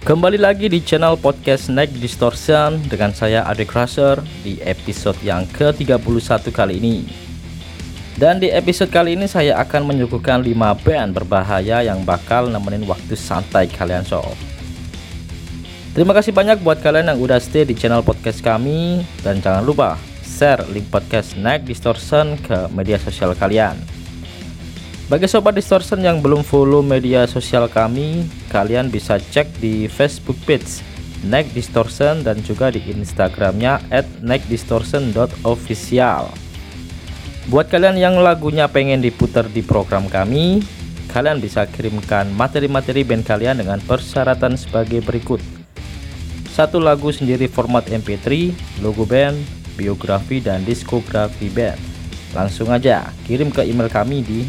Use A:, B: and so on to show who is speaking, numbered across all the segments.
A: Kembali lagi di channel podcast Night Distortion dengan saya Ade Crusher di episode yang ke-31 kali ini. Dan di episode kali ini saya akan menyuguhkan 5 band berbahaya yang bakal nemenin waktu santai kalian sob. Terima kasih banyak buat kalian yang udah stay di channel podcast kami. Dan jangan lupa share link podcast Night Distortion ke media sosial kalian. Bagi sobat Distortion yang belum follow media sosial kami, kalian bisa cek di Facebook page Night Distortion dan juga di Instagramnya @nightdistortion.official. Buat kalian yang lagunya pengen diputar di program kami, kalian bisa kirimkan materi-materi band kalian dengan persyaratan sebagai berikut: 1 lagu sendiri format MP3, logo band, biografi dan diskografi band. Langsung aja kirim ke email kami di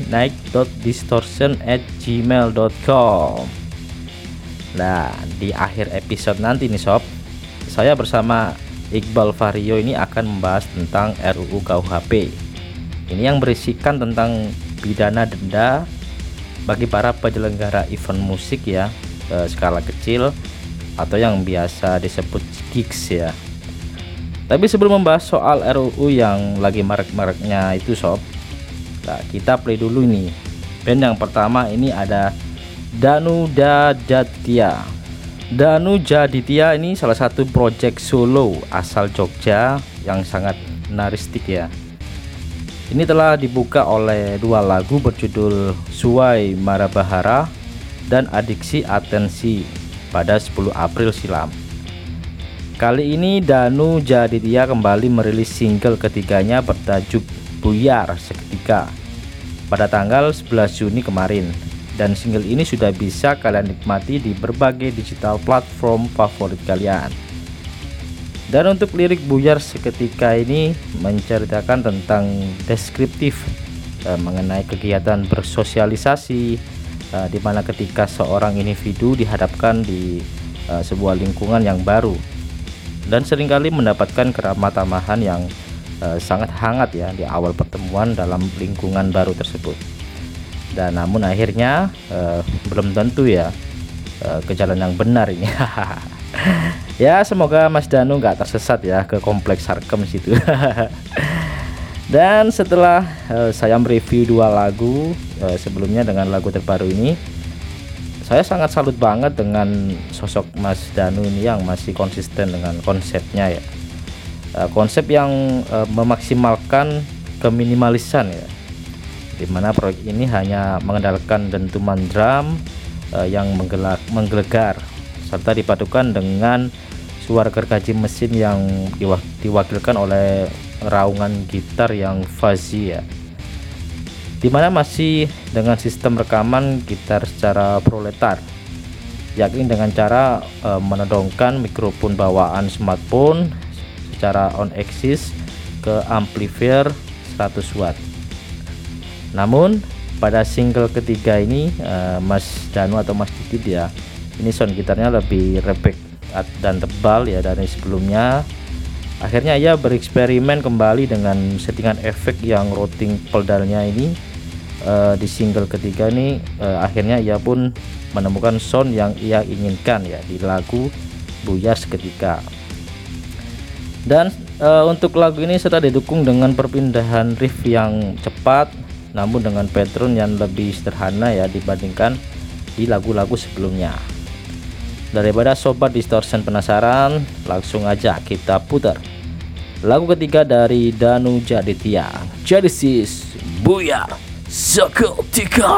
A: night.distortion@gmail.com. Nah, di akhir episode nanti nih sob, saya bersama Iqbal Vario ini akan membahas tentang RUU KUHP. Ini yang berisikan tentang pidana denda bagi para penyelenggara event musik ya, skala kecil atau yang biasa disebut gigs ya. Tapi sebelum membahas soal RUU yang lagi marak-maraknya itu sob, nah, kita play dulu nih. Band yang pertama ini ada Danu Jaditya. Danu Jaditya ini salah satu project solo asal Jogja yang sangat menarik ya. Ini telah dibuka oleh 2 lagu berjudul Suwai Marabahara dan Adiksi Atensi pada 10 April silam. Kali ini Danu Jaditya kembali merilis single ketiganya bertajuk Buyar Seketika pada tanggal 11 Juni kemarin, dan single ini sudah bisa kalian nikmati di berbagai digital platform favorit kalian. Dan untuk lirik Buyar Seketika ini menceritakan tentang deskriptif mengenai kegiatan bersosialisasi di mana ketika seorang individu dihadapkan di sebuah lingkungan yang baru dan seringkali mendapatkan keramah tamahan yang sangat hangat ya di awal pertemuan dalam lingkungan baru tersebut. Dan namun akhirnya belum tentu ya ke jalan yang benar ini. Ya semoga Mas Danu nggak tersesat ya ke kompleks Sarkem situ. Dan setelah saya mereview 2 lagu sebelumnya dengan lagu terbaru ini, saya sangat salut banget dengan sosok Mas Danu ini yang masih konsisten dengan konsepnya ya. Konsep yang memaksimalkan keminimalisan ya, dimana proyek ini hanya mengandalkan dentuman drum yang menggelegar serta dipadukan dengan suara gergaji mesin yang diwakilkan oleh raungan gitar yang fuzzy ya, dimana masih dengan sistem rekaman gitar secara proletar, yakni dengan cara menodongkan mikrofon bawaan smartphone secara on axis ke amplifier 100 watt. Namun pada single ketiga ini Mas Danu atau Mas Didit ya, ini sound gitarnya lebih rebek dan tebal ya dari sebelumnya. Akhirnya ia bereksperimen kembali dengan settingan efek yang routing pedalnya ini di single ketiga ini. Akhirnya ia pun menemukan sound yang ia inginkan ya di lagu Buyar Seketika. Dan untuk lagu ini serta didukung dengan perpindahan riff yang cepat namun dengan pattern yang lebih sederhana ya dibandingkan di lagu-lagu sebelumnya. Daripada sobat Distortion penasaran, langsung aja kita putar lagu ketiga dari Danu Jaditya, Genesis Buyar Seketika.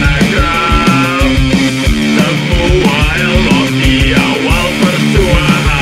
B: Semua elok di awal perjuangan.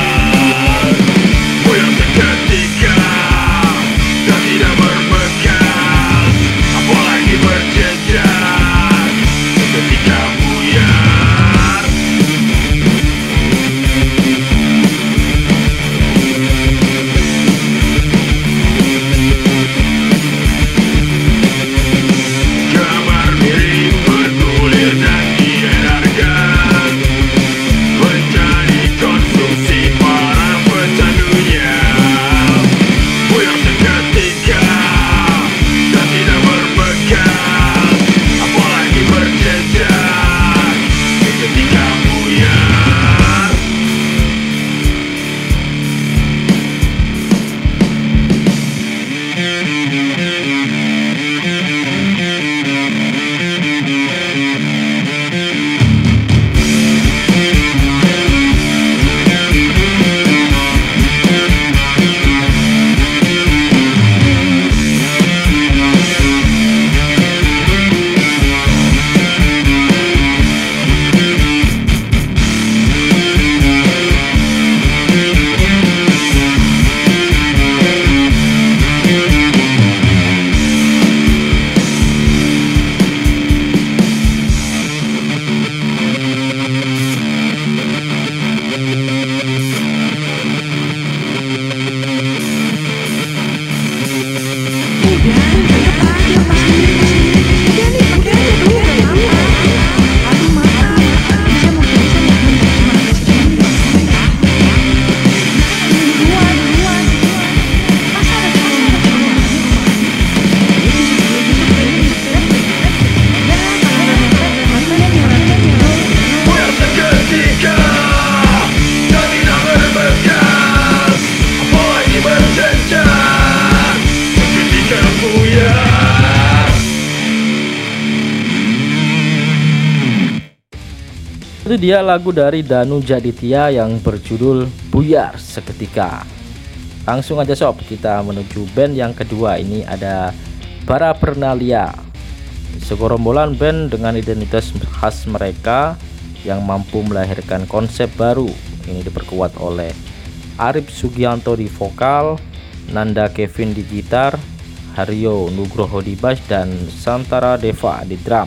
A: Itu dia lagu dari Danu Jaditya yang berjudul Buyar Seketika. Langsung aja sob, kita menuju band yang kedua. Ini ada Parapernalia, segerombolan band dengan identitas khas mereka yang mampu melahirkan konsep baru. Ini diperkuat oleh Arif Sugianto di vokal, Nanda Kevin di gitar, Haryo Nugroho di bass, dan Santara Deva di drum.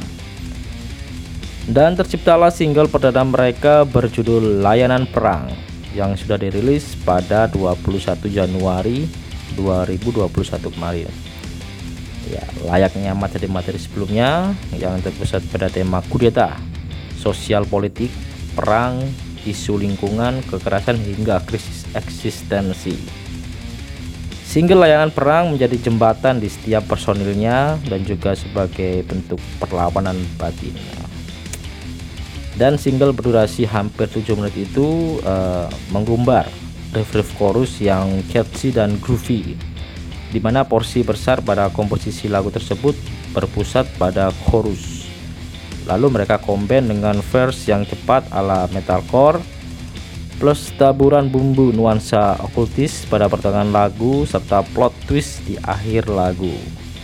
A: Dan terciptalah single perdana mereka berjudul Layanan Perang yang sudah dirilis pada 21 Januari 2021 kemarin. Ya, layaknya materi-materi sebelumnya yang terpusat pada tema kudeta, sosial politik, perang, isu lingkungan, kekerasan hingga krisis eksistensi. Single Layanan Perang menjadi jembatan di setiap personilnya dan juga sebagai bentuk perlawanan batin. Dan single berdurasi hampir 7 menit itu menggumbar riff chorus yang catchy dan groovy, di mana porsi besar pada komposisi lagu tersebut berpusat pada chorus. Lalu mereka combine dengan verse yang cepat ala metalcore plus taburan bumbu nuansa okultis pada pertengahan lagu serta plot twist di akhir lagu.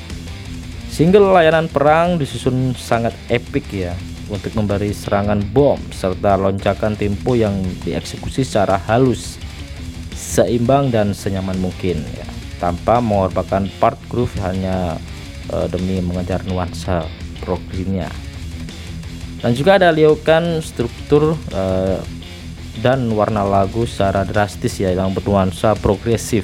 A: Single Layanan Perang disusun sangat epic ya, untuk memberi serangan bom serta loncakan tempo yang dieksekusi secara halus, seimbang dan senyaman mungkin ya, tanpa mengorbankan part groove hanya demi mengejar nuansa progresnya. Dan juga ada liukan struktur dan warna lagu secara drastis ya, yang bernuansa progresif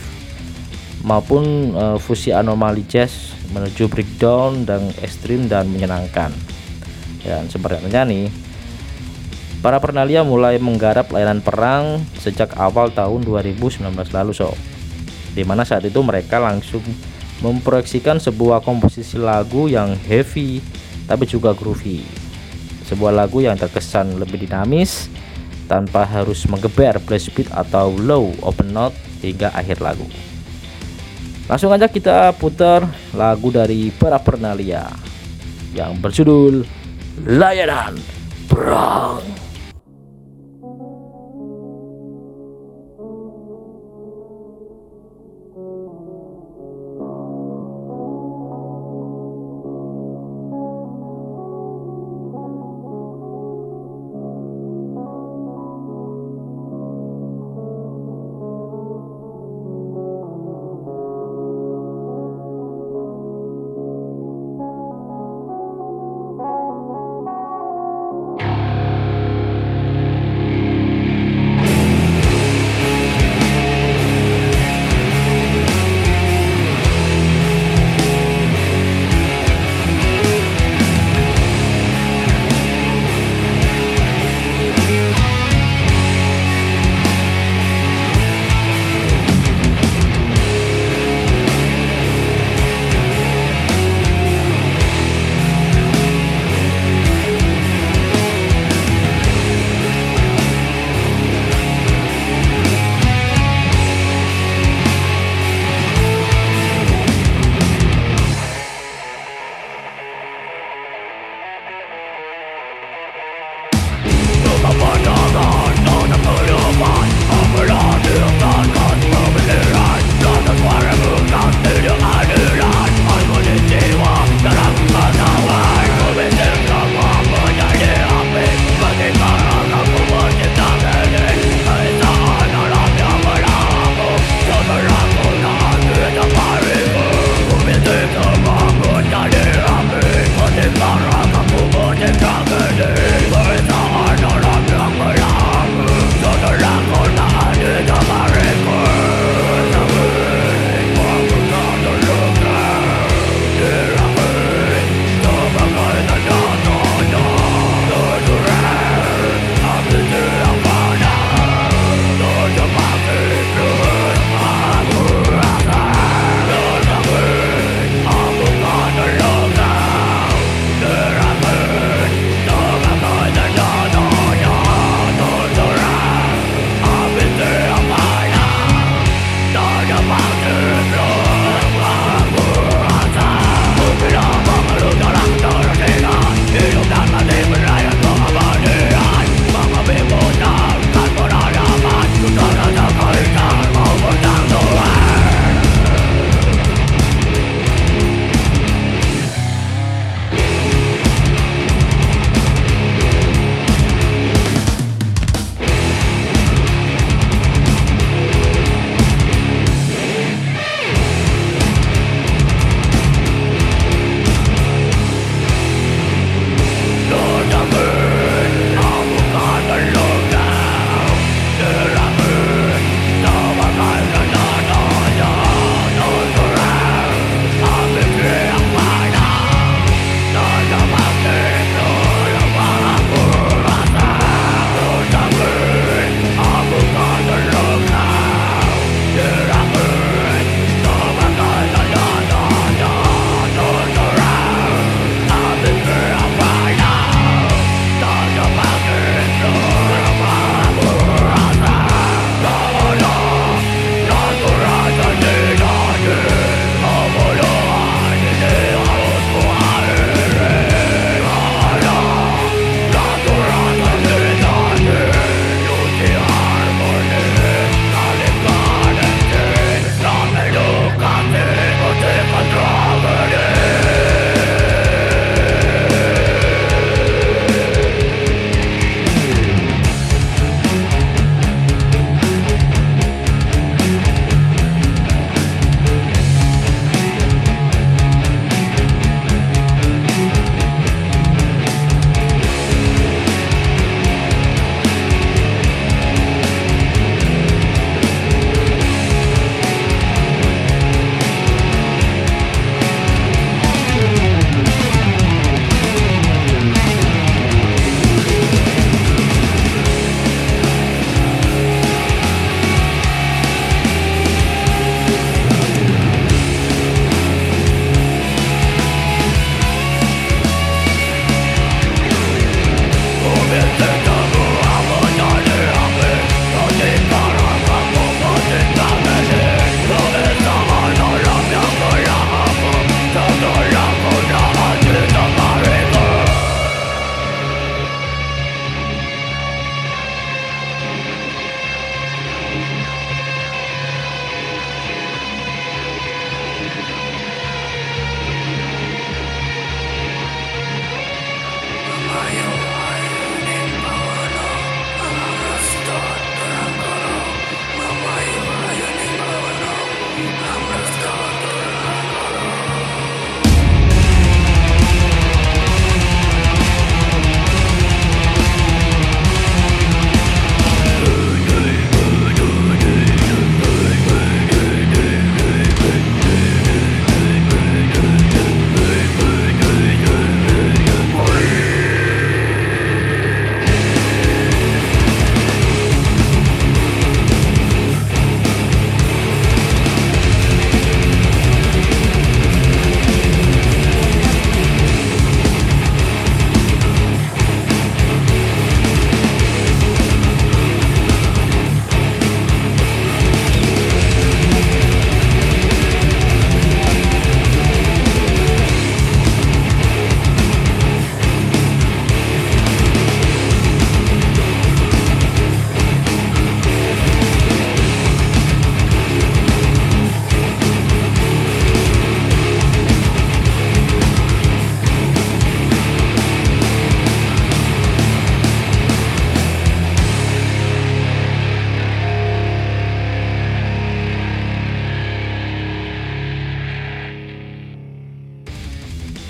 A: maupun fusi anomali jazz menuju breakdown dan ekstrim dan menyenangkan. Dan sebenarnya nih, Parapernalia mulai menggarap Layanan Perang sejak awal tahun 2019 lalu dimana saat itu mereka langsung memproyeksikan sebuah komposisi lagu yang heavy tapi juga groovy, sebuah lagu yang terkesan lebih dinamis tanpa harus menggeber blast beat atau low open note hingga akhir lagu. Langsung aja kita putar lagu dari Parapernalia yang berjudul Layanan Perang.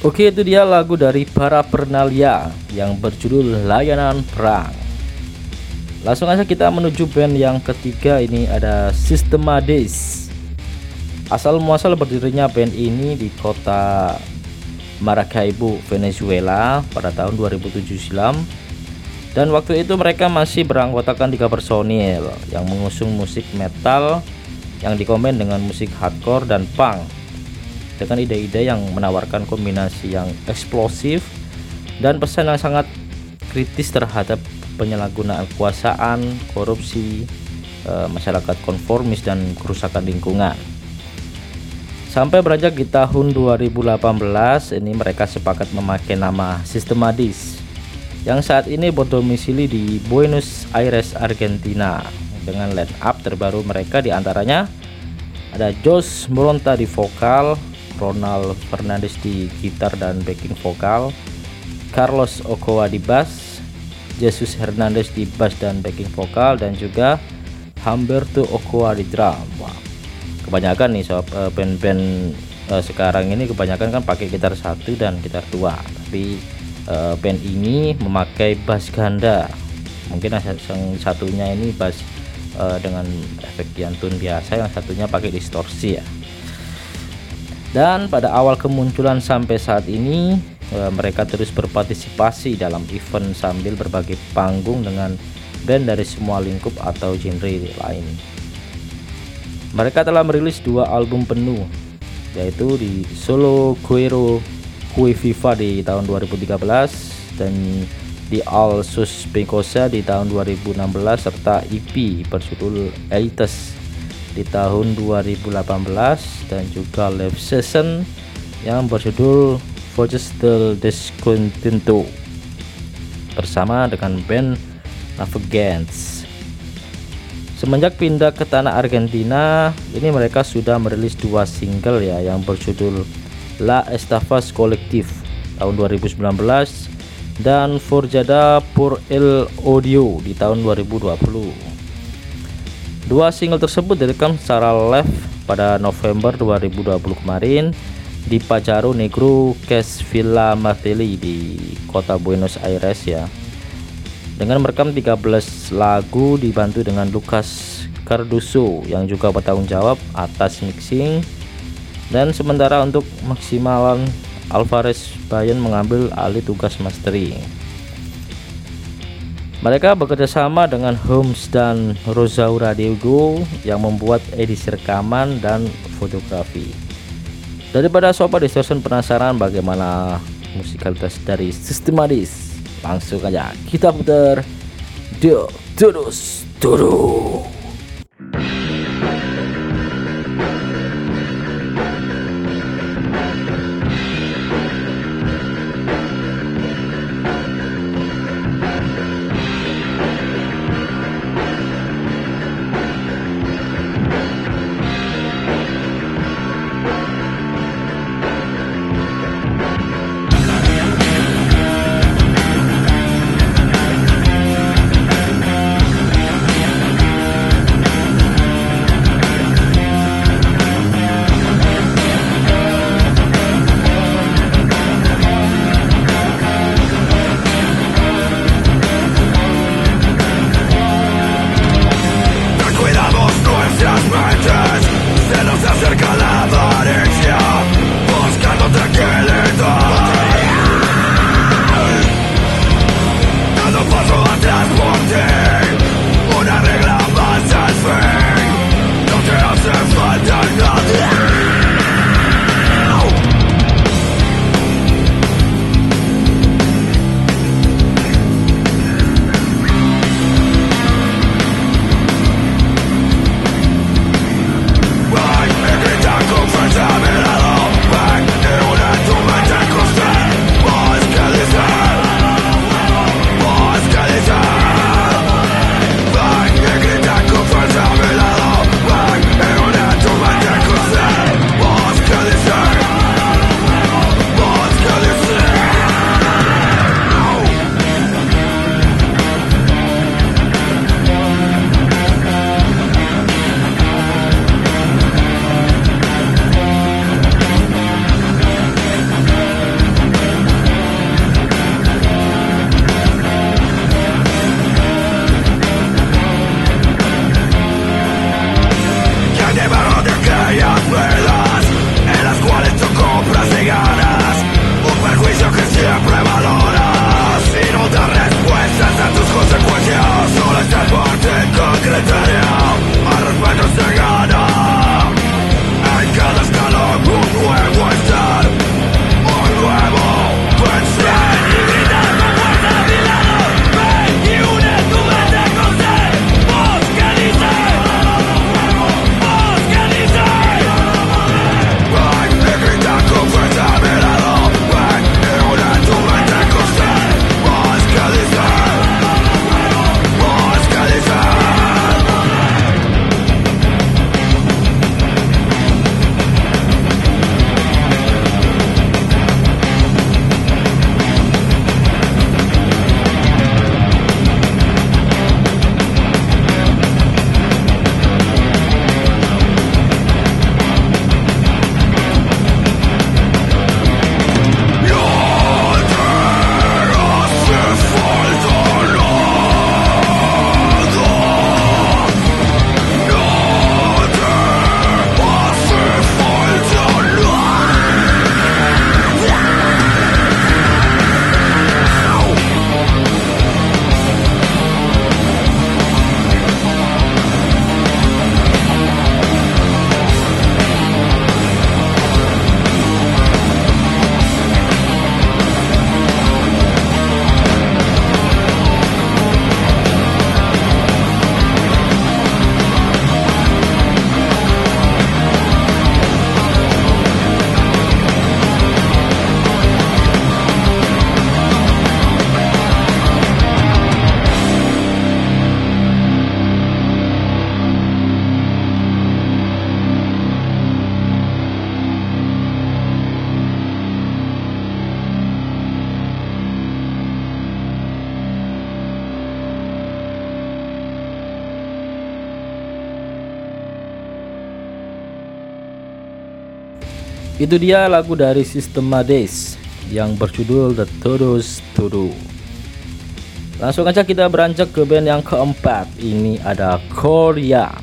A: Oke, itu dia lagu dari Para Pernalia yang berjudul Layanan Perang. Langsung aja kita menuju band yang ketiga, ini ada Systemades. Asal muasal berdirinya band ini di kota Maracaibo, Venezuela pada tahun 2007 silam. Dan waktu itu mereka masih beranggotakan 3 personil yang mengusung musik metal yang dikombin dengan musik hardcore dan punk, dengan ide-ide yang menawarkan kombinasi yang eksplosif dan pesan yang sangat kritis terhadap penyalahgunaan kekuasaan, korupsi, masyarakat konformis, dan kerusakan lingkungan. Sampai beranjak di tahun 2018 ini mereka sepakat memakai nama Systemades yang saat ini berdomisili di Buenos Aires, Argentina, dengan line up terbaru mereka diantaranya ada Josh Moronta di vokal, Ronald Fernandez di gitar dan backing vokal, Carlos Ochoa di bass, Jesus Hernandez di bass dan backing vokal, dan juga Humberto Ochoa di drum. Wah, kebanyakan nih sob, band-band sekarang ini kebanyakan kan pakai gitar 1 dan gitar 2, tapi band ini memakai bass ganda. Mungkin yang satunya ini bass dengan efek yantun biasa, yang satunya pakai distorsi ya. Dan pada awal kemunculan sampai saat ini mereka terus berpartisipasi dalam event sambil berbagi panggung dengan band dari semua lingkup atau genre lain. Mereka telah merilis 2 album penuh, yaitu di Solo Quiero Cue Viva di tahun 2013 dan di All Sus Pencosa di tahun 2016, serta EP berjudul Elites di tahun 2018, dan juga live session yang berjudul Voces del Descontento bersama dengan band Navegants. Semenjak pindah ke tanah Argentina, ini mereka sudah merilis 2 single ya, yang berjudul La Estafas Collective tahun 2019 dan Forjada por el Odio di tahun 2020. 2 single tersebut direkam secara live pada November 2020 kemarin di Pajaro Negro Cash Villa Martelli di kota Buenos Aires ya, dengan merekam 13 lagu dibantu dengan Lucas Cardoso yang juga bertanggung jawab atas mixing, dan sementara untuk maksimalan Alvarez Bayan mengambil alih tugas mastering. Mereka bekerjasama dengan Holmes dan Rosaura Diego yang membuat edisi rekaman dan fotografi. Daripada Sobat Distortion penasaran bagaimana musikalitas dari Systemades, langsung aja kita putar Dio Todos Todo. Itu dia lagu dari System Days yang berjudul The Todos Todo. Langsung aja kita beranjak ke band yang keempat. Ini ada Korea.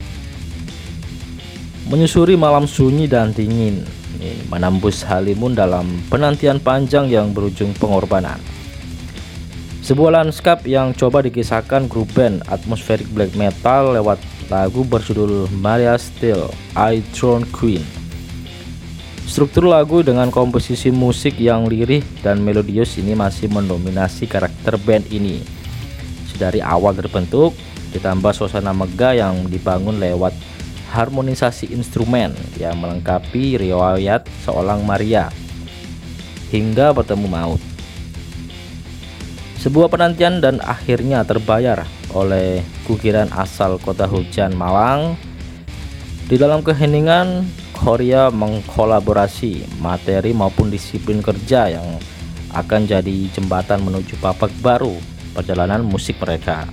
A: Menyusuri malam sunyi dan dingin, menembus halimun dalam penantian panjang yang berujung pengorbanan. Sebuah lanskap yang coba dikisahkan grup band atmospheric black metal lewat lagu berjudul Maria Still, I Throne Queen. Struktur lagu dengan komposisi musik yang lirih dan melodius ini masih mendominasi karakter band ini. Sedari awal terbentuk, ditambah suasana megah yang dibangun lewat harmonisasi instrumen yang melengkapi riwayat seorang Maria hingga bertemu maut. Sebuah penantian dan akhirnya terbayar oleh kukiran asal kota hujan Malang. Di dalam keheningan, Korea mengkolaborasi materi maupun disiplin kerja yang akan jadi jembatan menuju babak baru perjalanan musik mereka.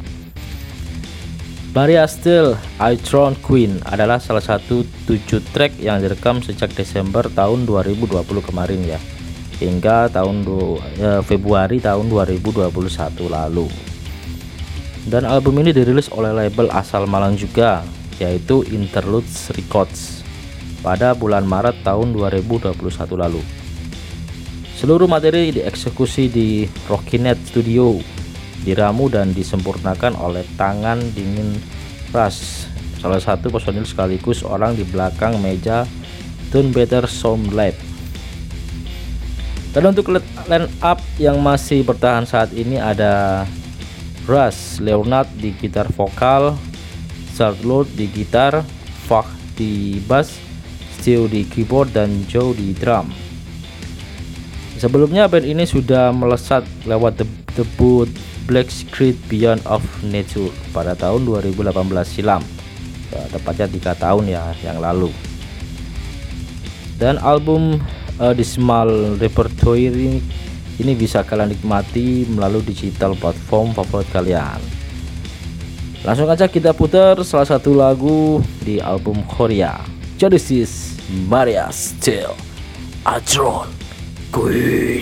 A: Maria Still, I Throne Queen adalah salah satu 7 track yang direkam sejak Desember tahun 2020 kemarin ya, hingga Februari tahun 2021 lalu. Dan album ini dirilis oleh label asal Malang juga, yaitu Interludes Records pada bulan Maret tahun 2021 lalu. Seluruh materi dieksekusi di Rockynet Studio, diramu dan disempurnakan oleh tangan dingin Russ, salah satu personil sekaligus orang di belakang meja Tune Better Sound Lab. Dan untuk line up yang masih bertahan saat ini ada Russ Leonard di gitar vokal, Charlotte di gitar, Fak di bass, Stu di keyboard, dan Joe di drum. Sebelumnya band ini sudah melesat lewat debut Black Secret Beyond of Nature pada tahun 2018 silam, tepatnya 3 tahun ya yang lalu. Dan album Dismal Repertoire ini bisa kalian nikmati melalui digital platform favorit kalian. Langsung aja kita putar salah satu lagu di album Korea. Genesis, Maria Still, I Throne Queen.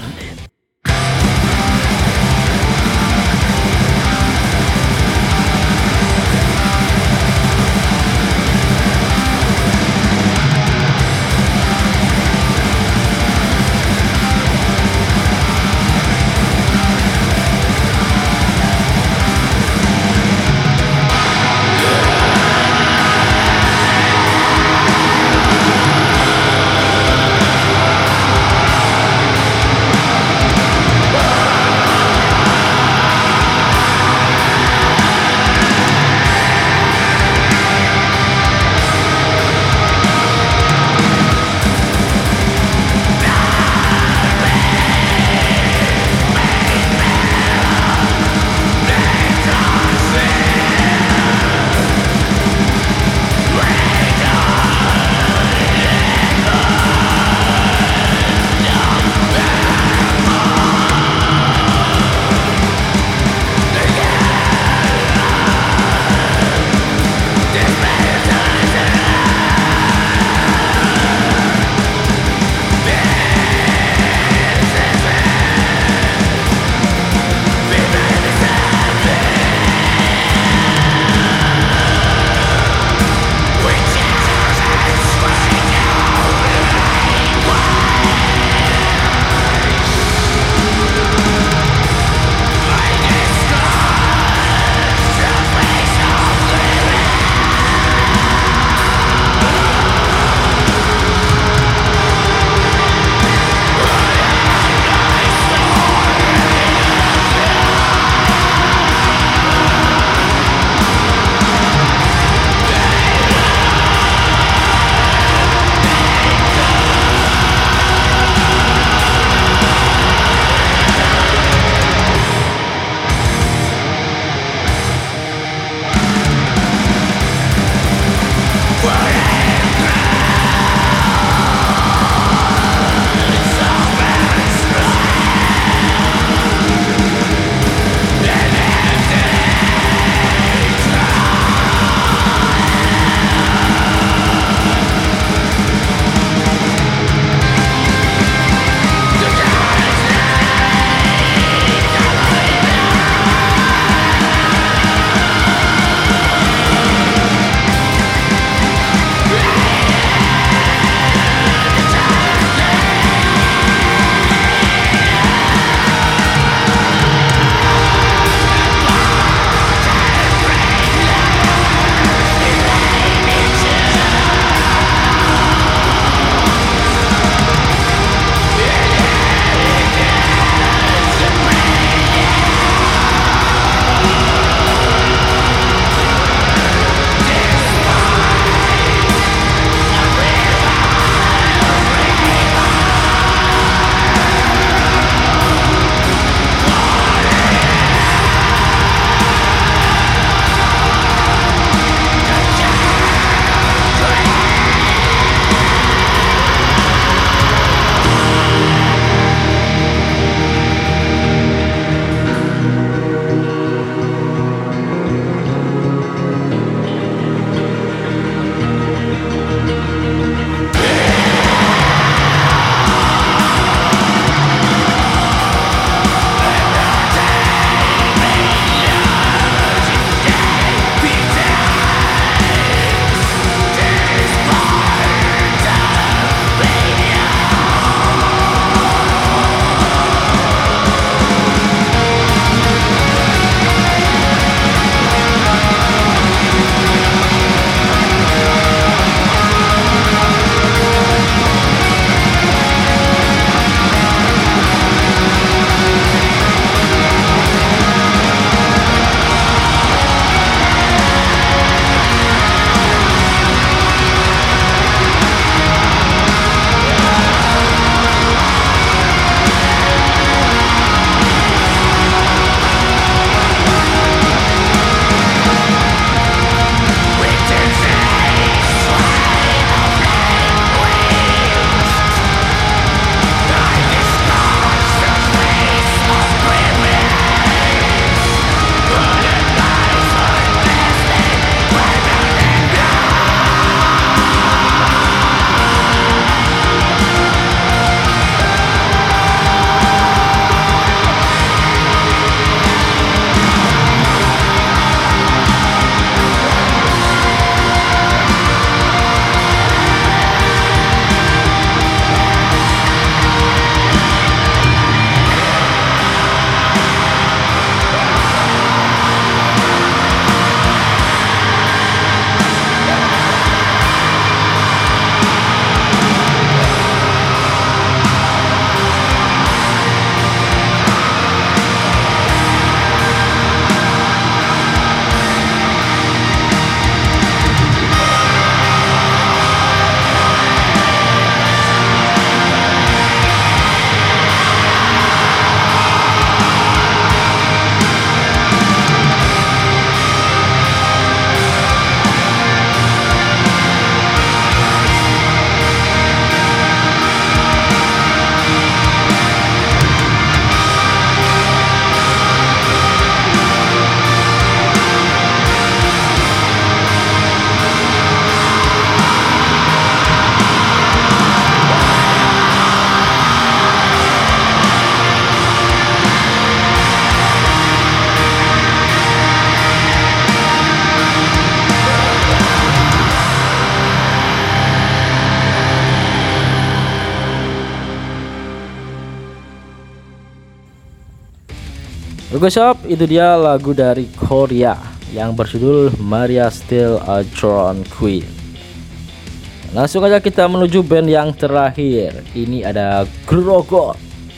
A: Oke sob, itu dia lagu dari Korea yang berjudul Maria Still a Drone Queen. Langsung aja kita menuju band yang terakhir. Ini ada Grogot.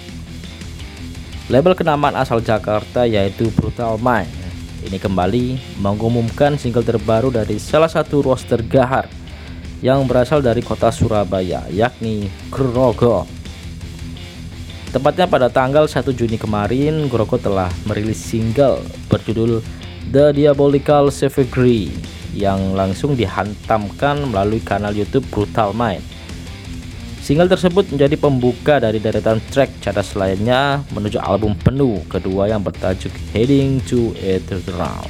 A: Label kenamaan asal Jakarta yaitu Brutal Mind. Ini kembali mengumumkan single terbaru dari salah satu roster gahar yang berasal dari kota Surabaya, yakni Grogot. Tepatnya pada tanggal 1 Juni kemarin, Grogot telah merilis single berjudul The Diabolical Savagery yang langsung dihantamkan melalui kanal YouTube Brutal Mind. Single tersebut menjadi pembuka dari deretan track cadas lainnya menuju album penuh kedua yang bertajuk Heading to Eternal.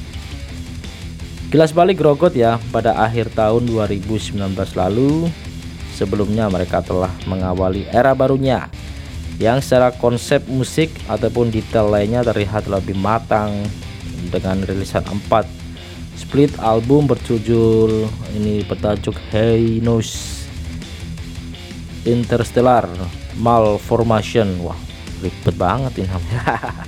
A: Kilas balik Grogot ya, pada akhir tahun 2019 lalu, sebelumnya mereka telah mengawali era barunya yang secara konsep musik ataupun detail lainnya terlihat lebih matang dengan rilisan 4 split album berjudul bertajuk Heinous Interstellar Malformation. Wah, ribet banget ini namanya.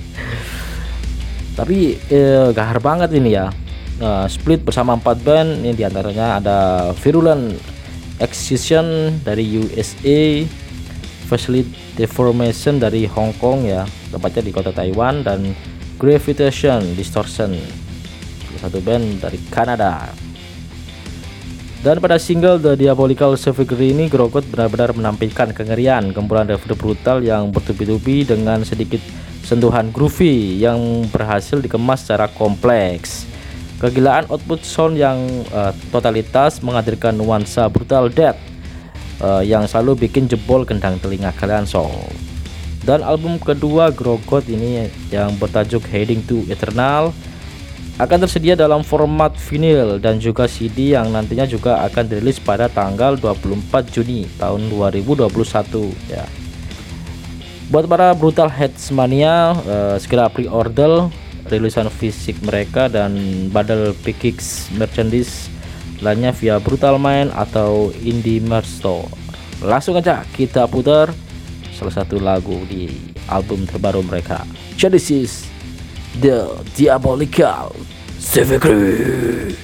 A: Tapi gahar banget ini ya. Split bersama 4 band, ini diantaranya ada Virulent Excision dari USA, Facility Deformation dari Hong Kong ya, tepatnya di kota Taiwan, dan Gravitation Distortion, satu band dari Kanada. Dan pada single The Diabolical Savagery ini, Grogot benar-benar menampilkan kengerian gempuran riff brutal yang bertubi-tubi dengan sedikit sentuhan groovy yang berhasil dikemas secara kompleks. Kegilaan output sound yang totalitas menghadirkan nuansa brutal death yang selalu bikin jebol gendang telinga kalian sob. Dan album kedua Grogot ini yang bertajuk Heading to Eternal akan tersedia dalam format vinyl dan juga CD yang nantinya juga akan dirilis pada tanggal 24 Juni tahun 2021 ya. Buat para Brutal Heads mania, segera pre-order rilisan fisik mereka dan bundle PKX merchandise lainnya via Brutal Mind atau Indie Merch Store. Langsung aja kita putar salah satu lagu di album terbaru mereka. This is The Diabolical Savagery.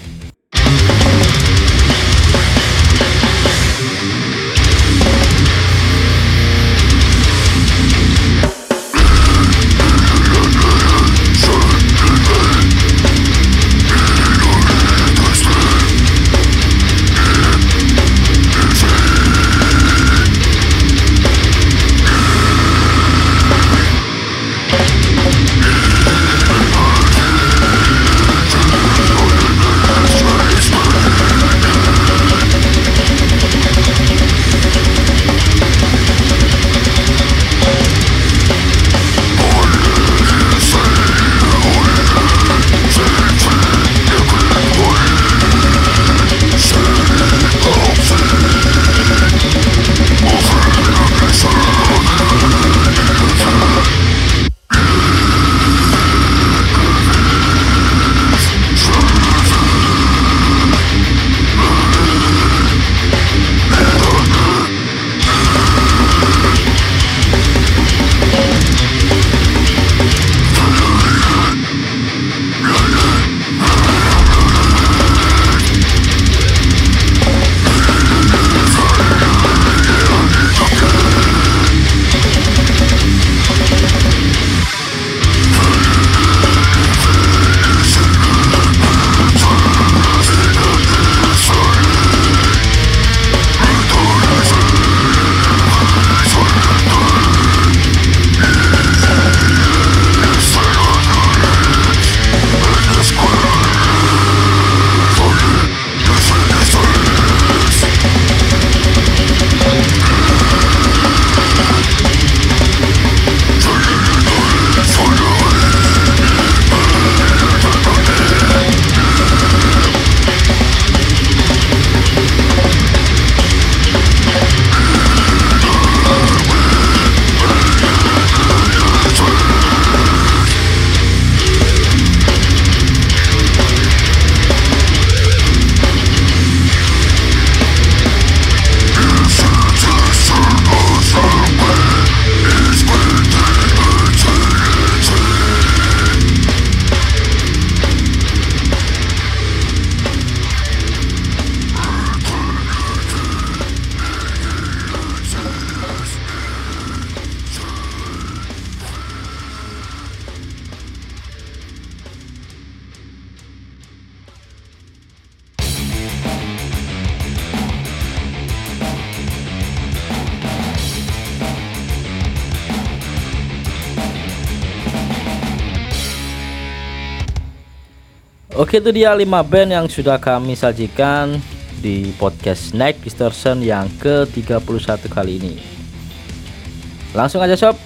A: Oke, itu dia 5 band yang sudah kami sajikan di podcast Night Distortion yang ke-31 kali ini. Langsung aja sob.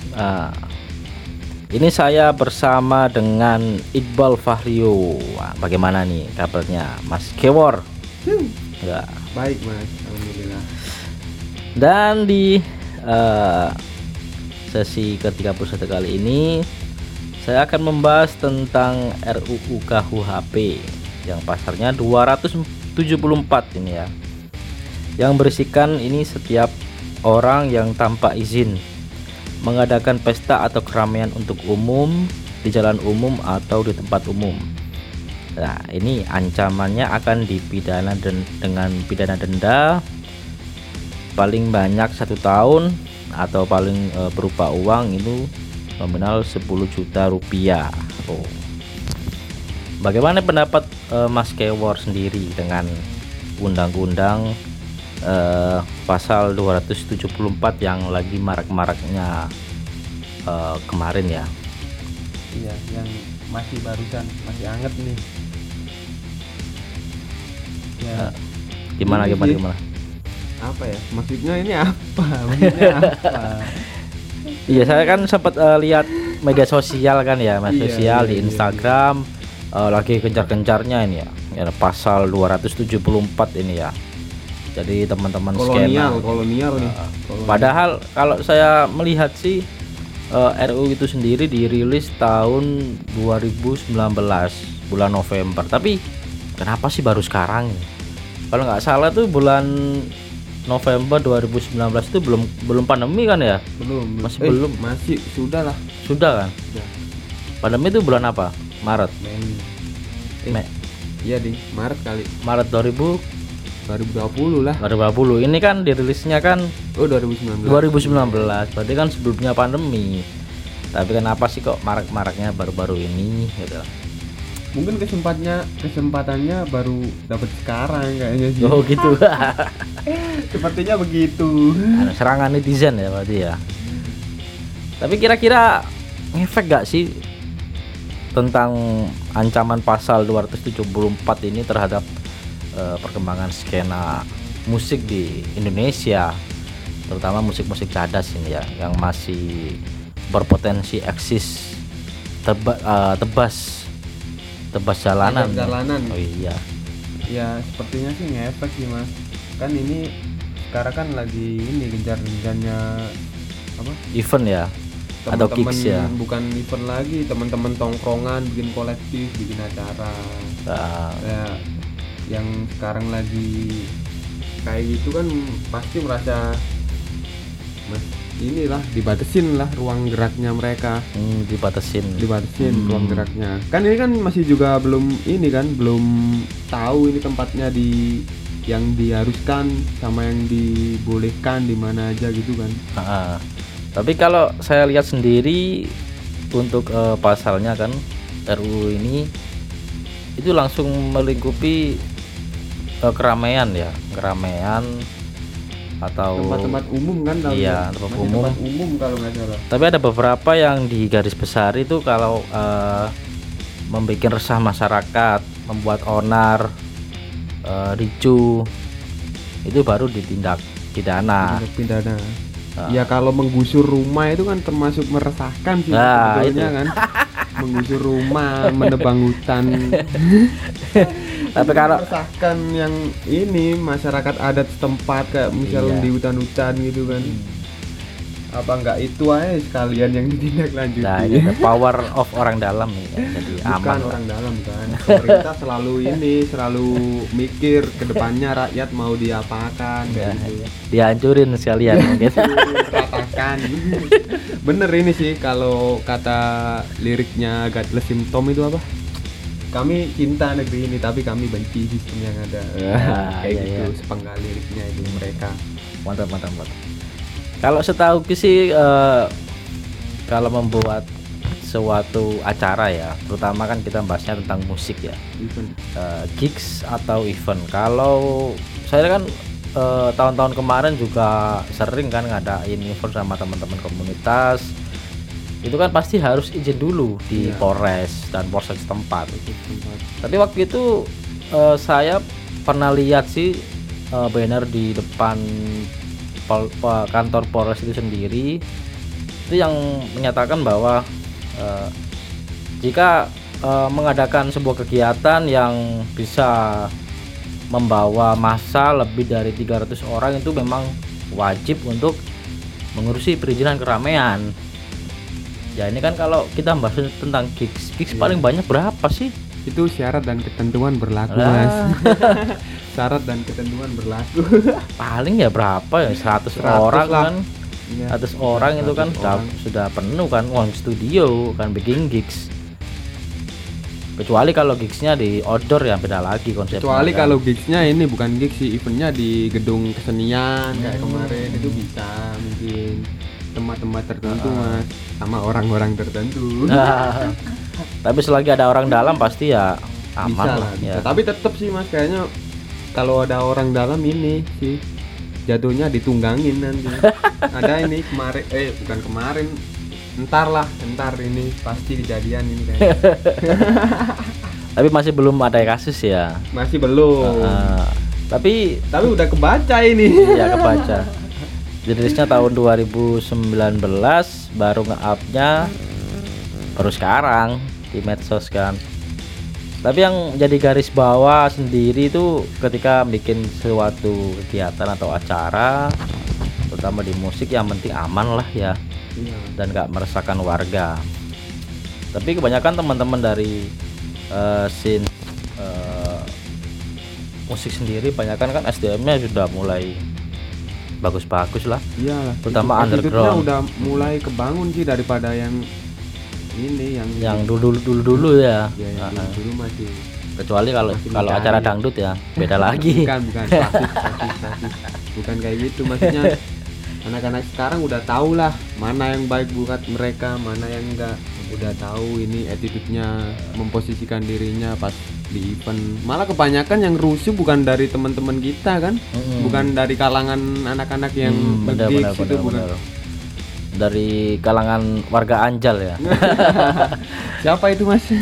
A: Ini saya bersama dengan Iqbal Fahrio. Bagaimana nih kabarnya Mas Kewor? Ya.
B: Baik Mas, alhamdulillah.
A: Dan di sesi ke-31 kali ini saya akan membahas tentang RUU KUHP yang pasarnya 274 ini ya. Yang berisikan ini setiap orang yang tanpa izin mengadakan pesta atau keramaian untuk umum di jalan umum atau di tempat umum. Nah, ini ancamannya akan dipidana dengan pidana denda paling banyak 1 tahun atau paling berupa uang itu nominal 10 juta rupiah. Bagaimana pendapat Mas Kewor sendiri dengan undang-undang pasal 274 yang lagi marak-maraknya kemarin ya?
B: Iya, yang masih barusan, masih anget nih. Ya,
A: Gimana?
B: apa ya? Maksudnya ini apa? Maksudnya apa?
A: Iya, saya kan sempat lihat media sosial kan ya, media sosial di Instagram. Lagi gencar-gencarnya ini ya, pasal 274 ini ya. Jadi teman-teman
B: kolonial nih.
A: Padahal kalau saya melihat sih RUU itu sendiri dirilis tahun 2019 bulan November. Tapi kenapa sih baru sekarang ini? Kalau nggak salah tuh bulan November 2019 itu belum pandemi kan ya? Belum.
B: Masih sudah lah.
A: Sudah kan?
B: Sudah.
A: Pandemi itu bulan apa? Maret.
B: Mei. Iya ding, Maret kali.
A: Maret 2020
B: lah.
A: 2020. Ini kan dirilisnya kan
B: 2019.
A: Berarti kan sebelumnya pandemi. Tapi kenapa sih kok marak-maraknya baru-baru ini gitu?
B: Mungkin kesempatannya baru dapat sekarang kayaknya sih.
A: Oh gitu.
B: Sepertinya begitu.
A: Serangan netizen ya berarti ya. Tapi kira-kira ngefek gak sih tentang ancaman pasal 274 ini terhadap perkembangan skena musik di Indonesia, terutama musik-musik cadas ini ya, yang masih berpotensi eksis tebas jalanan.
B: Oh
A: iya.
B: Ya sepertinya sih ngefek sih Mas. Kan ini sekarang kan lagi ini gencar-gencarnya apa?
A: Event ya. Atau gigs ya.
B: Bukan event lagi, teman-teman tongkrongan bikin kolektif, bikin acara. Ya, yang sekarang lagi kayak gitu kan pasti merasa inilah dibatasin lah ruang geraknya mereka. Dibatasin ruang geraknya. Kan ini kan masih juga belum tahu ini tempatnya di yang diharuskan sama yang dibolehkan di mana aja gitu kan.
A: Tapi kalau saya lihat sendiri untuk pasalnya kan RUU ini itu langsung melingkupi keramaian atau
B: tempat-tempat umum kan.
A: Iya, tempat umum
B: kalau nggak salah.
A: Tapi ada beberapa yang di garis besar itu kalau membuat resah masyarakat, membuat onar, ricu, itu baru ditindak pidana.
B: Ya kalau menggusur rumah itu kan termasuk meresahkan sih sebetulnya kan. Menggusur rumah, menebang hutan.
A: Tapi kalau
B: meresahkan yang ini masyarakat adat setempat kayak misalnya di hutan-hutan gitu kan. Apa enggak itu aja sekalian yang ditindaklanjuti.
A: Nah, ini power of orang dalam nih ya. Jadi
B: bukan
A: aman
B: orang dalam kan. Pemerintah selalu mikir ke depannya rakyat mau diapakan kayak gitu.
A: Dihancurin sekalian mungkin.
B: Ratakan. Bener ini sih kalau kata liriknya Godless Symptom itu apa? Kami cinta negeri ini tapi kami benci sistem yang ada. Kayak gitu sepenggal liriknya itu mereka.
A: Mantap. Kalau setahu sih kalau membuat suatu acara ya, terutama kan kita bahasnya tentang musik ya, gigs atau event. Kalau saya kan tahun-tahun kemarin juga sering kan ngadain event sama teman-teman komunitas itu kan pasti harus izin dulu di
B: Iya.
A: Polres dan Polsek setempat.
B: Tempat.
A: Tapi waktu itu saya pernah lihat sih banner di depan kantor Polres itu sendiri, itu yang menyatakan bahwa jika mengadakan sebuah kegiatan yang bisa membawa massa lebih dari 300 orang itu memang wajib untuk mengurusi perizinan keramaian. Ya ini kan kalau kita bahas tentang gigs paling banyak berapa sih?
B: Itu syarat dan ketentuan berlaku,
A: Lah.
B: Mas. Syarat dan ketentuan berlaku.
A: Paling ya berapa ya 100
B: 100
A: orang
B: lah.
A: kan.
B: Iya,
A: 100 orang itu kan
B: 100
A: sudah,
B: orang.
A: sudah penuh kan uang studio kan bikin gigs. Kecuali kalau gigsnya di outdoor ya beda lagi konsepnya.
B: Kecuali
A: kan.
B: kalau gigsnya ini bukan gigs sih, eventnya di gedung kesenian kayak kemarin itu bisa mungkin tempat-tempat tertentu, Mas, sama orang-orang tertentu.
A: Nah, tapi selagi ada orang dalam pasti ya aman
B: Bisa
A: lah
B: lah, bisa.
A: ya.
B: Tapi tetap sih, Mas, kayaknya kalau ada orang dalam ini sih jatuhnya ditunggangin nanti. Ada ini kemarin bukan kemarin, entar ini pasti kejadian ini kayaknya.
A: Tapi masih belum ada kasus ya.
B: Masih belum.
A: Tapi
B: Tapi udah kebaca ini.
A: ya kebaca. Dirilisnya tahun 2019, baru nge-up-nya baru sekarang di medsos kan. Tapi yang jadi garis bawah sendiri itu ketika bikin suatu kegiatan atau acara, terutama di musik, yang penting aman lah ya
B: Iya.
A: dan nggak meresahkan warga. Tapi kebanyakan teman-teman dari scene musik sendiri, kebanyakan kan SDM-nya sudah mulai bagus-bagus lah.
B: Iyalah.
A: Terutama
B: Attitude-nya
A: underground.
B: udah mulai kebangun sih daripada yang ini
A: Yang dulu ya.
B: ya, yang dulu masih
A: Kecuali kalau
B: Masih
A: kalau
B: mencari.
A: acara dangdut ya beda lagi.
B: bukan klasik. Bukan kayak gitu, maksudnya anak-anak sekarang udah tahu lah mana yang baik buat mereka, mana yang enggak. Udah tahu ini attitude-nya, memposisikan dirinya pas di event. Malah kebanyakan yang rusuh bukan dari teman-teman kita kan, bukan dari kalangan anak-anak yang
A: Benar,
B: gigs itu, bukan.
A: Dari kalangan warga Anjal ya.
B: Siapa itu, Mas?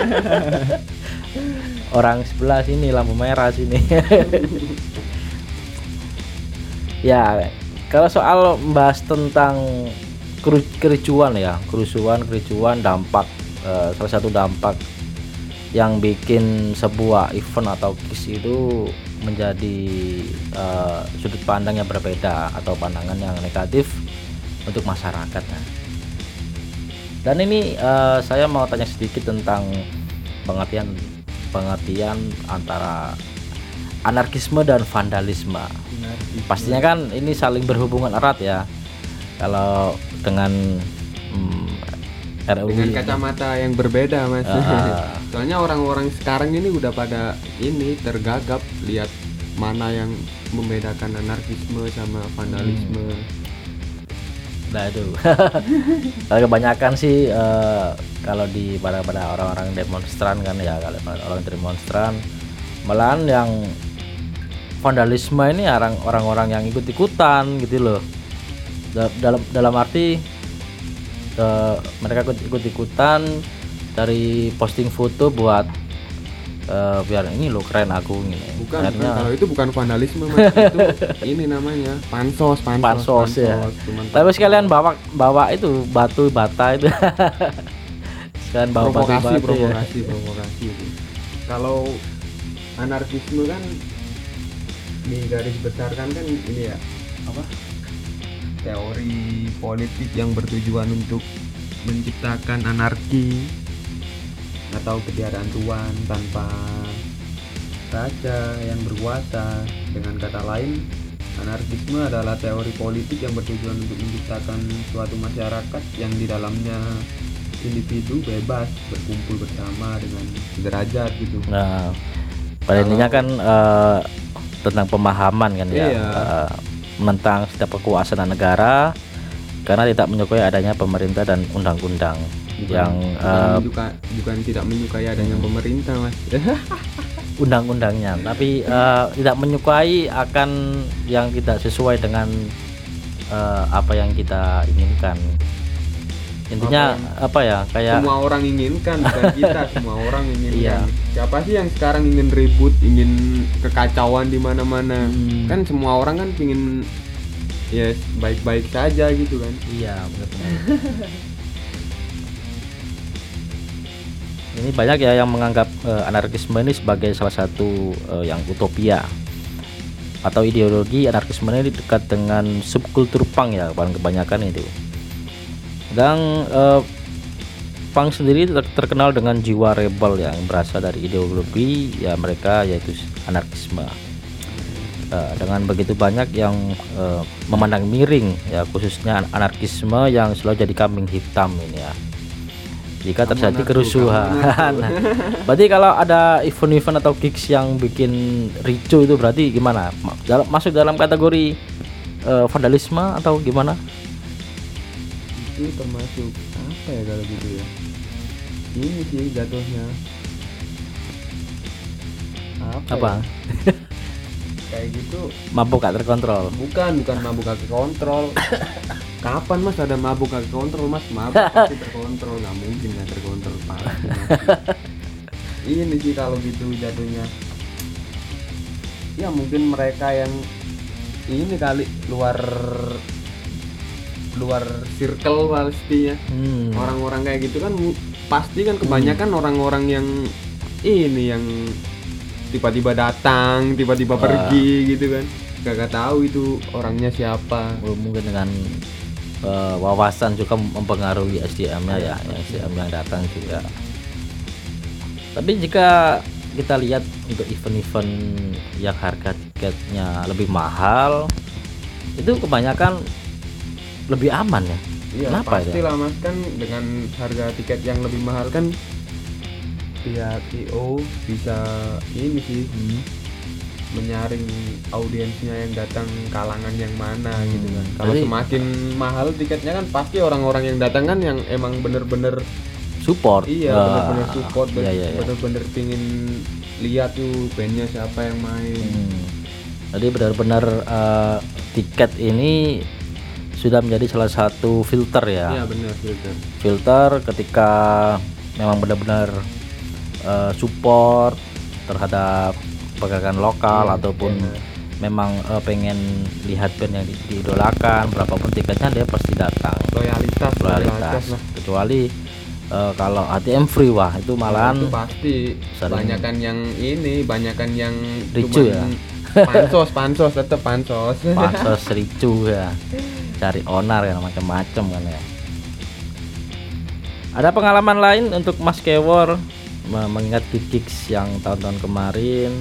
A: Orang sebelah sini, lampu merah sini. Ya, kalau soal membahas tentang kericuan ya, kerusuhan dampak, salah satu dampak yang bikin sebuah event atau gigs itu menjadi sudut pandang yang berbeda atau pandangan yang negatif untuk masyarakat. Nah, dan ini saya mau tanya sedikit tentang pengertian antara anarkisme dan vandalisme. Pastinya kan ini saling berhubungan erat ya. Kalau dengan RUU
B: Dengan
A: ini.
B: kacamata yang berbeda, Mas. Soalnya orang-orang sekarang ini udah pada ini tergagap lihat mana yang membedakan anarkisme sama vandalisme.
A: Nah itu kalau kebanyakan sih kalau pada orang-orang demonstran kan ya, kalau orang demonstran malahan yang vandalisme ini orang-orang yang ikut-ikutan gitu loh. Dalam arti mereka ikut-ikutan dari posting foto buat biar ini lo keren aku ini.
B: Bukan, kalau itu bukan vandalisme, Mas. Itu ini namanya pansos
A: ya.
B: Cuman
A: Tapi sekalian bawa itu batu bata itu. Sekalian bawa batu ya.
B: provokasi itu. Kalau anarkisme kan di garis besarkan kan ini ya, apa? Teori politik yang bertujuan untuk menciptakan anarki atau ketiadaan tanpa raja yang berkuasa. Dengan kata lain, anarkisme adalah teori politik yang bertujuan untuk menciptakan suatu masyarakat yang di dalamnya individu bebas berkumpul bersama dengan sederajat gitu.
A: Nah, pada intinya kan tentang pemahaman kan ya,
B: Iya.
A: menentang setiap kekuasaan negara karena tidak menyukai adanya pemerintah dan undang-undang yang
B: bukan tidak menyukai adanya pemerintah, Mas.
A: undang-undangnya, tapi tidak menyukai akan yang tidak sesuai dengan apa yang kita inginkan. Intinya apa ya, kayak
B: semua orang inginkan, bukan kita, semua orang inginkan.
A: Iya.
B: Siapa sih yang sekarang ingin ribut, ingin kekacauan di mana-mana? Kan semua orang kan pingin ya baik-baik saja gitu kan.
A: iya benar. Ini banyak ya yang menganggap anarkisme ini sebagai salah satu yang utopia, atau ideologi anarkisme ini dekat dengan subkultur punk ya, paling kebanyakan itu. Dan punk sendiri terkenal dengan jiwa rebel yang berasal dari ideologi ya mereka, yaitu anarkisme. Dengan begitu banyak yang memandang miring ya, khususnya anarkisme yang selalu jadi kambing hitam ini ya jika terjadi kerusuhan. Berarti kalau ada event-event atau gigs yang bikin ricu itu berarti gimana? Masuk dalam kategori vandalisme atau gimana?
B: Itu termasuk apa ya kalau gitu ya? Ini sih jatuhnya
A: Apa?
B: Ya? Kayak gitu.
A: Mabuk gak terkontrol?
B: Bukan mabuk kaki kontrol. Kapan Mas ada mabuk kaki kontrol Mas? Mabuk pasti terkontrol, nggak mungkin nggak terkontrol pasti. Ini sih kalau gitu jatuhnya. Ya mungkin mereka yang ini kali luar circle pastinya. Orang-orang kayak gitu kan pasti kan kebanyakan orang-orang yang ini yang tiba-tiba datang, tiba-tiba pergi gitu kan. Gak tahu itu orangnya siapa.
A: Mungkin dengan wawasan juga mempengaruhi SDM-nya ya, yang SDM yang datang juga. Tapi jika kita lihat untuk event-event yang harga tiketnya lebih mahal, itu kebanyakan lebih aman ya.
B: Iya,
A: kenapa itu?
B: Pastilah Mas, kan dengan harga tiket yang lebih mahal kan pihak IO bisa ini sih menyaring audiensnya yang datang kalangan yang mana gitu kan. Kalau semakin mahal tiketnya kan pasti orang-orang yang datang kan yang emang bener-bener
A: support.
B: Iya, bener-bener support,
A: iya.
B: bener-bener pingin lihat tuh bandnya siapa yang main.
A: Jadi benar-benar tiket ini sudah menjadi salah satu filter ya.
B: Iya benar,
A: filter ketika memang benar-benar support terhadap pergerakan lokal ataupun memang pengen lihat band yang diidolakan, berapapun tiketnya dia pasti datang. Loyalitas lah. Kecuali kalau ATM free, wah itu malahan
B: itu pasti banyakan yang
A: ricu ya.
B: pansos tetap pansos
A: ricu ya, cari onar ya, macam-macam kan ya. Ada pengalaman lain untuk Mas Kewor mengingat gigs yang tahun-tahun kemarin?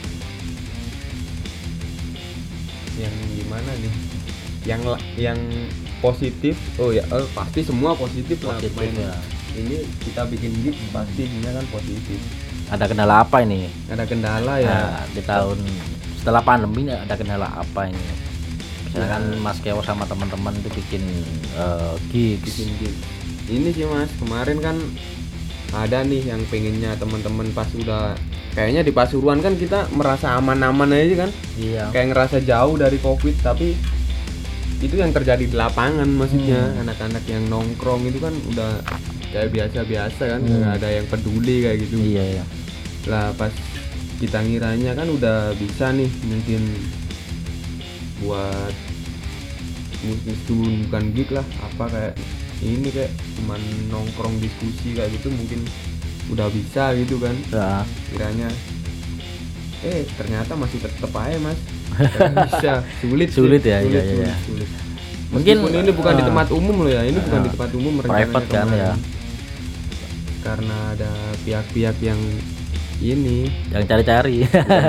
B: Yang gimana nih? Yang positif? Oh ya, pasti semua positif lah.
A: Ya.
B: Ini kita bikin gigs pastinya kan positif.
A: Ada kendala apa ini?
B: Ada kendala ya.
A: Nah, di tahun setelah pandemi ada kendala apa ini? Misalkan Mas Kewor sama teman-teman itu bikin gigs.
B: Ini sih Mas, kemarin kan ada nih yang pengennya teman-teman pas udah kayaknya di Pasuruan kan kita merasa aman-aman aja kan.
A: Iya.
B: Kayak ngerasa jauh dari Covid, tapi itu yang terjadi di lapangan maksudnya. Anak-anak yang nongkrong itu kan udah kayak biasa-biasa kan, nggak ada yang peduli kayak gitu.
A: Iya.
B: Lah pas kita ngiranya kan udah bisa nih mungkin buat bukan gig lah, apa kayak ini kayak cuman nongkrong diskusi kayak gitu mungkin udah bisa gitu kan ya. Kiranya ternyata masih tetep aja Mas. Bisa sulit
A: ya.
B: Sulit.
A: Mungkin
B: ini bukan di tempat umum loh ya, ini bukan di tempat umum,
A: private kan ya,
B: karena ada pihak-pihak yang ini
A: yang cari-cari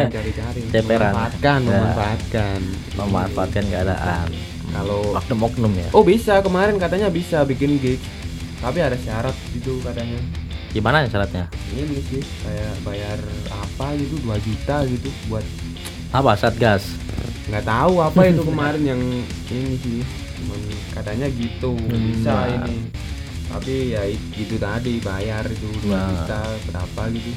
A: memanfaatkan keadaan. Kalau oknum ya.
B: Oh bisa, kemarin katanya bisa bikin gig, tapi ada syarat gitu katanya.
A: Gimana syaratnya?
B: Ini sih kayak bayar apa gitu 2 juta gitu buat
A: apa, Satgas?
B: Nggak tahu apa itu kemarin yang ini sih, cuman katanya gitu bisa ini. Tapi ya gitu tadi bayar itu 2 juta berapa gitu.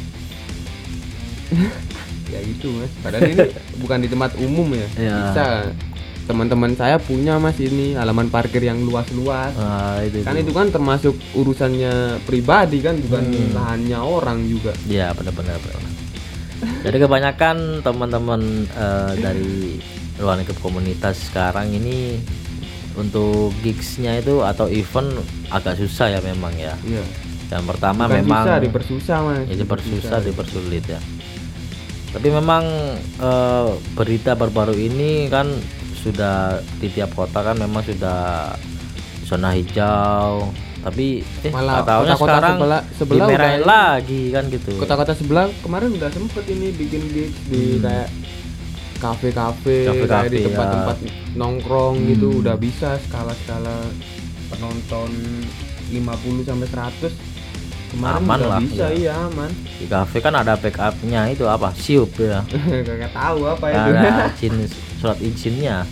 B: Ya gitu Mas. Padahal ini bukan di tempat umum ya. Bisa. teman-teman saya punya mas ini halaman parkir yang luas-luas.
A: Itu
B: Kan itu kan termasuk urusannya pribadi kan, bukan lahannya orang juga.
A: Iya benar-benar. Jadi kebanyakan teman-teman dari ruang lingkup komunitas sekarang ini untuk gigsnya itu atau event agak susah ya memang ya.
B: Iya.
A: Yang pertama
B: Bukan
A: memang
B: susah, dipersusah mas.
A: ya dipersulit ya. Tapi memang berita baru-baru ini kan sudah di tiap kota kan memang sudah zona hijau, tapi
B: Malah
A: taunya
B: kota-kota
A: sekarang
B: sebelah
A: dimerahin
B: udah
A: lagi kan gitu.
B: Kota-kota sebelah kemarin udah sempet ini bikin gigs di kayak kafe-kafe, kayak di
A: ya.
B: tempat-tempat nongkrong gitu, udah bisa skala-skala penonton 50 sampai 100. Kemarin
A: Aman
B: udah
A: lah,
B: bisa,
A: ya.
B: iya aman.
A: Di kafe kan ada backupnya itu apa? Siup ya.
B: Gak tahu apa itu.
A: Ada surat izinnya.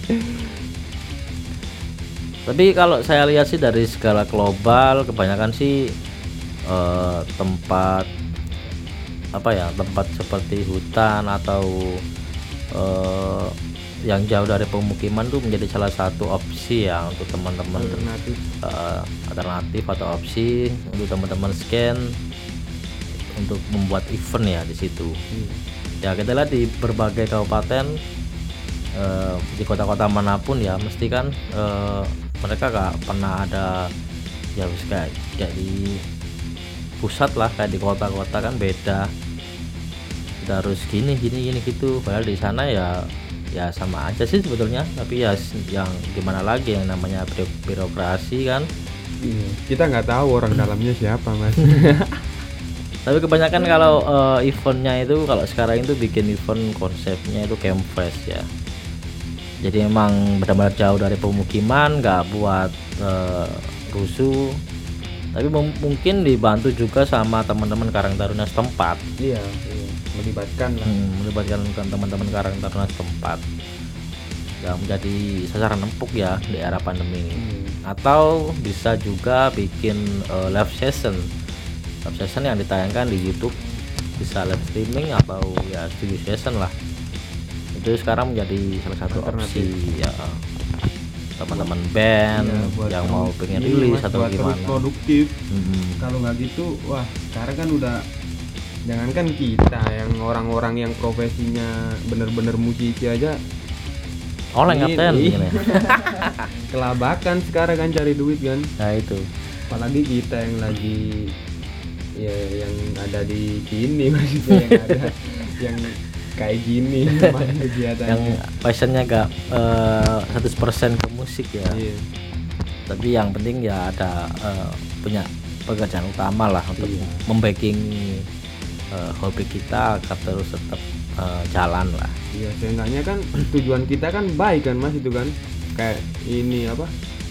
A: Tapi kalau saya lihat sih dari skala global kebanyakan sih tempat apa ya, tempat seperti hutan atau yang jauh dari pemukiman tuh menjadi salah satu opsi ya untuk teman-teman alternatif atau opsi untuk teman-teman scan untuk membuat event ya di situ. Ya kita lihat di berbagai kabupaten di kota-kota manapun ya mesti kan mereka gak pernah ada ya kayak di pusat lah, kayak di kota-kota kan beda, kita harus gini gitu, padahal di sana ya sama aja sih sebetulnya, tapi ya yang gimana lagi, yang namanya birokrasi kan.
B: Kita nggak tahu orang dalamnya siapa mas.
A: Tapi kebanyakan kalau eventnya itu kalau sekarang itu bikin event konsepnya itu campfest ya, jadi memang benar-benar jauh dari pemukiman, nggak buat rusuh, tapi mungkin dibantu juga sama teman-teman Karang Taruna setempat.
B: Iya, melibatkan lah.
A: Melibatkan teman-teman Karang Taruna setempat yang menjadi sasaran empuk ya di era pandemi ini. Atau bisa juga bikin live session yang ditayangkan di YouTube, bisa live streaming atau ya studio session lah. Itu sekarang menjadi salah satu opsi ya teman-teman band yang mau pengen rilis atau gimana.
B: Terus produktif. Kalau nggak gitu, wah sekarang kan udah, jangankan kita yang orang-orang yang profesinya bener-bener musisi aja
A: oleng kapten gini.
B: Kelabakan sekarang kan cari duit kan.
A: Nah itu.
B: Apalagi kita yang lagi ya yang ada di sini maksudnya yang ada yang kayak gini kegiatannya.
A: Yang passionnya gak 100% ke musik ya.
B: Iya.
A: Tapi yang penting ya ada punya pekerjaan utama lah untuk membacking hobi kita agar terus tetap jalan lah.
B: Iya, seenggaknya kan tujuan kita kan baik kan mas, itu kan kayak ini apa,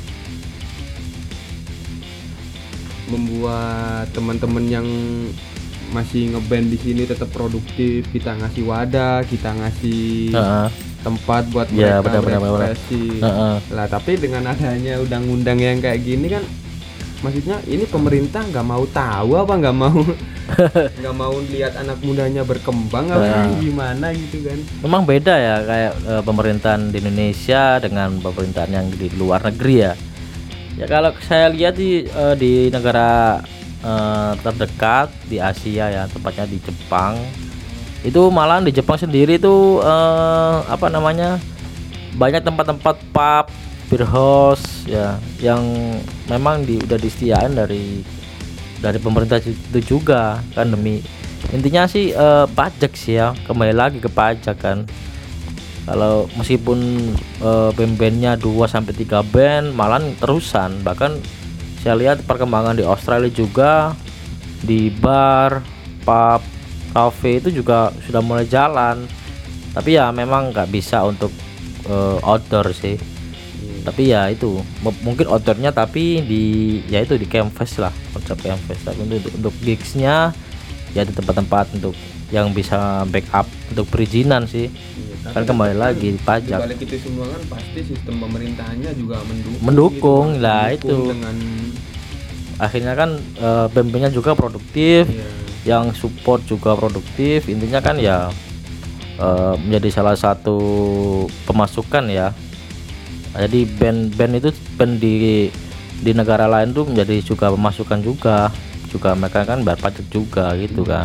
B: membuat teman-teman yang masih ngeband di sini tetap produktif, kita ngasih wadah, kita ngasih tempat buat mereka berekspresi. Lah tapi dengan adanya undang-undang yang kayak gini kan, maksudnya ini pemerintah nggak mau tahu apa nggak mau lihat anak mudanya berkembang apa gimana gitu kan.
A: Memang beda ya kayak pemerintahan di Indonesia dengan pemerintahan yang di luar negeri ya. Ya kalau saya lihat di negara terdekat di Asia ya, tepatnya di Jepang, itu malah di Jepang sendiri itu apa namanya, banyak tempat-tempat pub, beer house ya yang memang udah disediain dari pemerintah itu juga kan, demi intinya sih pajak sih ya, kembali lagi ke pajak kan. Kalau meskipun band-bandnya 2-3 band malah terusan, bahkan saya lihat perkembangan di Australia juga di bar, pub, cafe itu juga sudah mulai jalan. Tapi ya memang nggak bisa untuk outdoor sih. Tapi ya itu mungkin outdoornya tapi di campfest lah, konsep campfest. Tapi untuk gigsnya ya di tempat-tempat untuk yang bisa backup untuk perizinan sih. Kan kembali lagi pajak.
B: Balik itu semua kan pasti sistem pemerintahannya juga
A: mendukung
B: gitu,
A: lah itu.
B: Dengan
A: akhirnya kan band-bandnya juga produktif, yang support juga produktif. Intinya kan ya menjadi salah satu pemasukan ya Jadi band itu band di negara lain tuh menjadi juga pemasukan juga mereka kan bayar pajak juga gitu kan.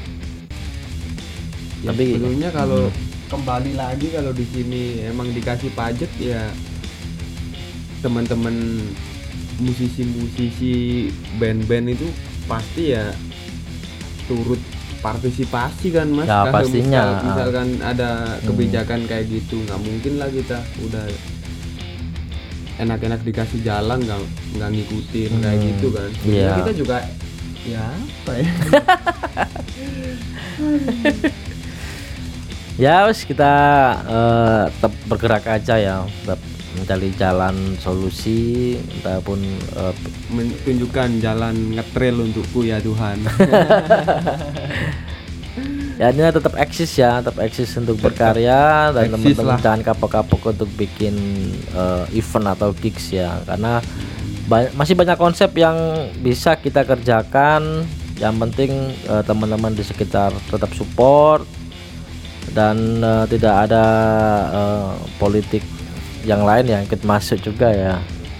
B: Ya,
A: Tapi
B: sebetulnya kalau kembali lagi kalau di sini emang dikasih pajak ya teman-teman musisi band-band itu pasti ya turut partisipasi kan Mas.
A: Ya,
B: Kalau
A: pastinya.
B: misalkan ada kebijakan kayak gitu, nggak mungkin lah kita udah enak-enak dikasih jalan nggak ngikutin kayak gitu kan.
A: Iya.
B: Ya, kita juga ya apa ya
A: ya wes kita tetap bergerak aja ya, tetap mencari jalan solusi ataupun
B: menunjukkan jalan ngetrail untukku ya Tuhan.
A: ya ini tetap eksis untuk berkarya, dan
B: eksis
A: teman-teman
B: lah.
A: jangan kapok-kapok untuk bikin event atau gigs ya, karena masih banyak konsep yang bisa kita kerjakan. Yang penting teman-teman di sekitar tetap support dan tidak ada politik yang lain yang ikut masuk juga ya.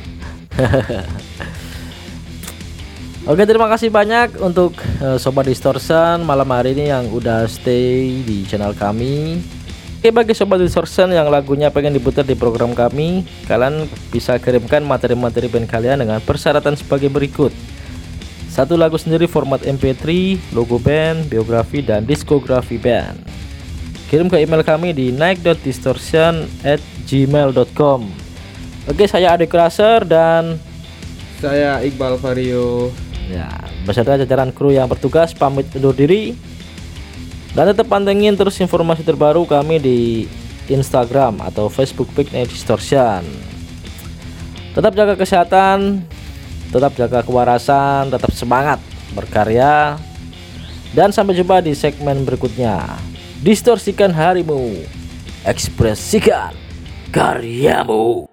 A: Oke, terima kasih banyak untuk Sobat Distortion malam hari ini yang udah stay di channel kami. Oke, bagi Sobat Distortion yang lagunya pengen diputar di program kami, kalian bisa kirimkan materi-materi band kalian dengan persyaratan sebagai berikut: 1 lagu sendiri format MP3, logo band, biografi, dan diskografi band. Kirim ke email kami di naik.distortion@gmail.com. Oke, saya Adik Raser dan
B: Saya Iqbal Vario.
A: ya, beserta jajaran kru yang bertugas pamit undur diri. Dan tetap pantengin terus informasi terbaru kami di Instagram atau Facebook page Naik Distortion. Tetap jaga kesehatan, tetap jaga kewarasan, tetap semangat berkarya. Dan sampai jumpa di segmen berikutnya. Distorsikan harimu, ekspresikan karyamu.